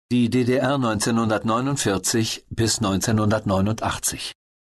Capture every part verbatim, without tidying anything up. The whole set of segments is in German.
Die D D R neunzehnhundertneunundvierzig bis neunzehnhundertneunundachtzig.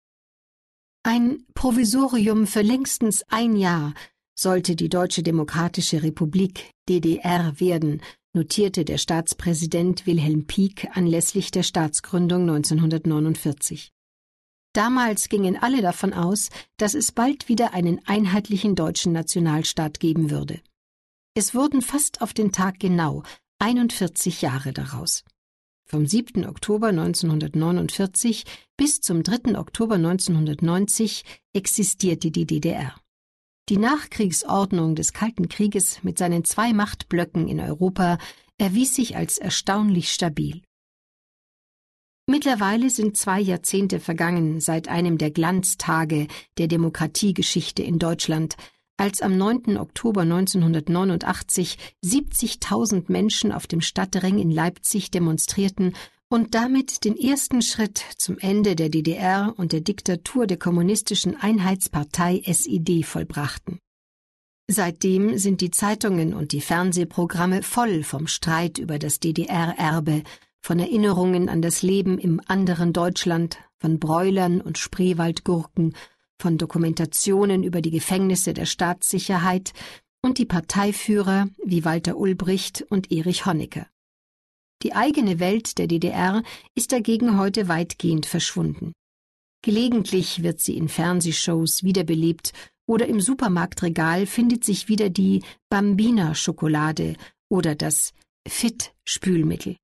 Ein Provisorium für längstens ein Jahr sollte die Deutsche Demokratische Republik D D R werden, notierte der Staatspräsident Wilhelm Pieck anlässlich der Staatsgründung neunzehnhundertneunundvierzig. Damals gingen alle davon aus, dass es bald wieder einen einheitlichen deutschen Nationalstaat geben würde. Es wurden fast auf den Tag genau einundvierzig Jahre daraus. Vom siebten Oktober neunzehnhundertneunundvierzig bis zum dritten Oktober neunzehnhundertneunzig existierte die D D R. Die Nachkriegsordnung des Kalten Krieges mit seinen zwei Machtblöcken in Europa erwies sich als erstaunlich stabil. Mittlerweile sind zwei Jahrzehnte vergangen seit einem der Glanztage der Demokratiegeschichte in Deutschland, als am neunten Oktober neunzehnhundertneunundachtzig siebzigtausend Menschen auf dem Stadtring in Leipzig demonstrierten und damit den ersten Schritt zum Ende der D D R und der Diktatur der Kommunistischen Einheitspartei S E D vollbrachten. Seitdem sind die Zeitungen und die Fernsehprogramme voll vom Streit über das D D R-Erbe, von Erinnerungen an das Leben im anderen Deutschland, von Bräulern und Spreewaldgurken, von Dokumentationen über die Gefängnisse der Staatssicherheit und die Parteiführer wie Walter Ulbricht und Erich Honecker. Die eigene Welt der D D R ist dagegen heute weitgehend verschwunden. Gelegentlich wird sie in Fernsehshows wiederbelebt oder im Supermarktregal findet sich wieder die Bambina-Schokolade oder das Fit-Spülmittel.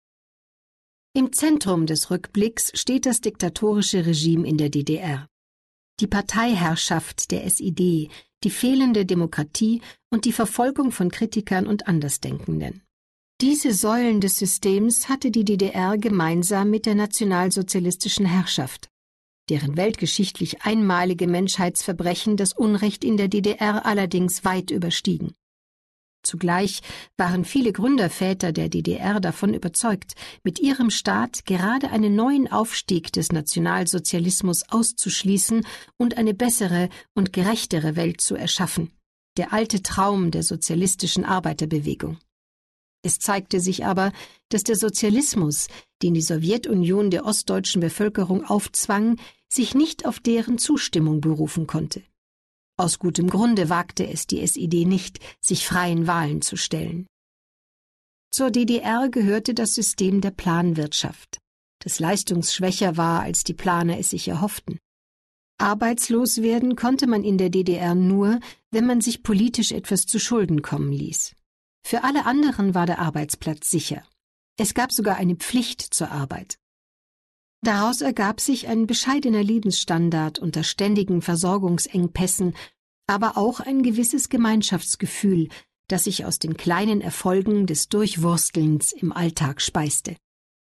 Im Zentrum des Rückblicks steht das diktatorische Regime in der D D R. Die Parteiherrschaft der S E D, die fehlende Demokratie und die Verfolgung von Kritikern und Andersdenkenden. Diese Säulen des Systems hatte die D D R gemeinsam mit der nationalsozialistischen Herrschaft, deren weltgeschichtlich einmalige Menschheitsverbrechen das Unrecht in der D D R allerdings weit überstiegen. Zugleich waren viele Gründerväter der D D R davon überzeugt, mit ihrem Staat gerade einen neuen Aufstieg des Nationalsozialismus auszuschließen und eine bessere und gerechtere Welt zu erschaffen, der alte Traum der sozialistischen Arbeiterbewegung. Es zeigte sich aber, dass der Sozialismus, den die Sowjetunion der ostdeutschen Bevölkerung aufzwang, sich nicht auf deren Zustimmung berufen konnte. Aus gutem Grunde wagte es die S E D nicht, sich freien Wahlen zu stellen. Zur D D R gehörte das System der Planwirtschaft, das leistungsschwächer war, als die Planer es sich erhofften. Arbeitslos werden konnte man in der D D R nur, wenn man sich politisch etwas zu Schulden kommen ließ. Für alle anderen war der Arbeitsplatz sicher. Es gab sogar eine Pflicht zur Arbeit. Daraus ergab sich ein bescheidener Lebensstandard unter ständigen Versorgungsengpässen, aber auch ein gewisses Gemeinschaftsgefühl, das sich aus den kleinen Erfolgen des Durchwurstelns im Alltag speiste.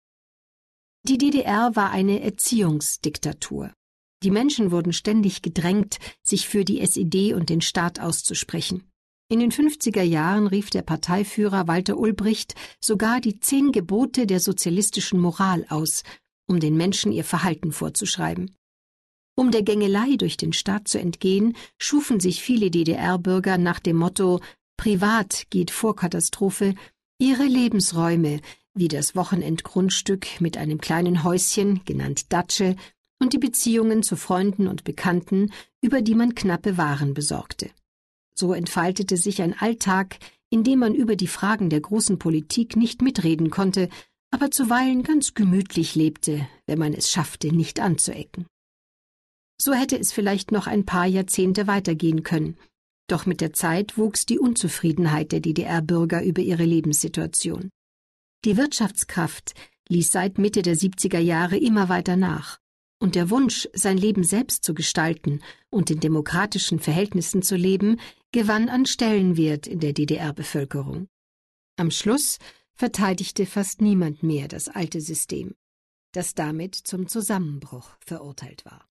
Die D D R war eine Erziehungsdiktatur. Die Menschen wurden ständig gedrängt, sich für die S E D und den Staat auszusprechen. In den fünfziger Jahren rief der Parteiführer Walter Ulbricht sogar die zehn Gebote der sozialistischen Moral aus, um den Menschen ihr Verhalten vorzuschreiben. Um der Gängelei durch den Staat zu entgehen, schufen sich viele D D R-Bürger nach dem Motto »Privat geht vor Katastrophe« ihre Lebensräume, wie das Wochenendgrundstück mit einem kleinen Häuschen, genannt Datsche, und die Beziehungen zu Freunden und Bekannten, über die man knappe Waren besorgte. So entfaltete sich ein Alltag, in dem man über die Fragen der großen Politik nicht mitreden konnte, aber zuweilen ganz gemütlich lebte, wenn man es schaffte, nicht anzuecken. So hätte es vielleicht noch ein paar Jahrzehnte weitergehen können, doch mit der Zeit wuchs die Unzufriedenheit der D D R-Bürger über ihre Lebenssituation. Die Wirtschaftskraft ließ seit Mitte der siebziger Jahre immer weiter nach, und der Wunsch, sein Leben selbst zu gestalten und in demokratischen Verhältnissen zu leben, gewann an Stellenwert in der D D R-Bevölkerung. Am Schluss verteidigte fast niemand mehr das alte System, das damit zum Zusammenbruch verurteilt war.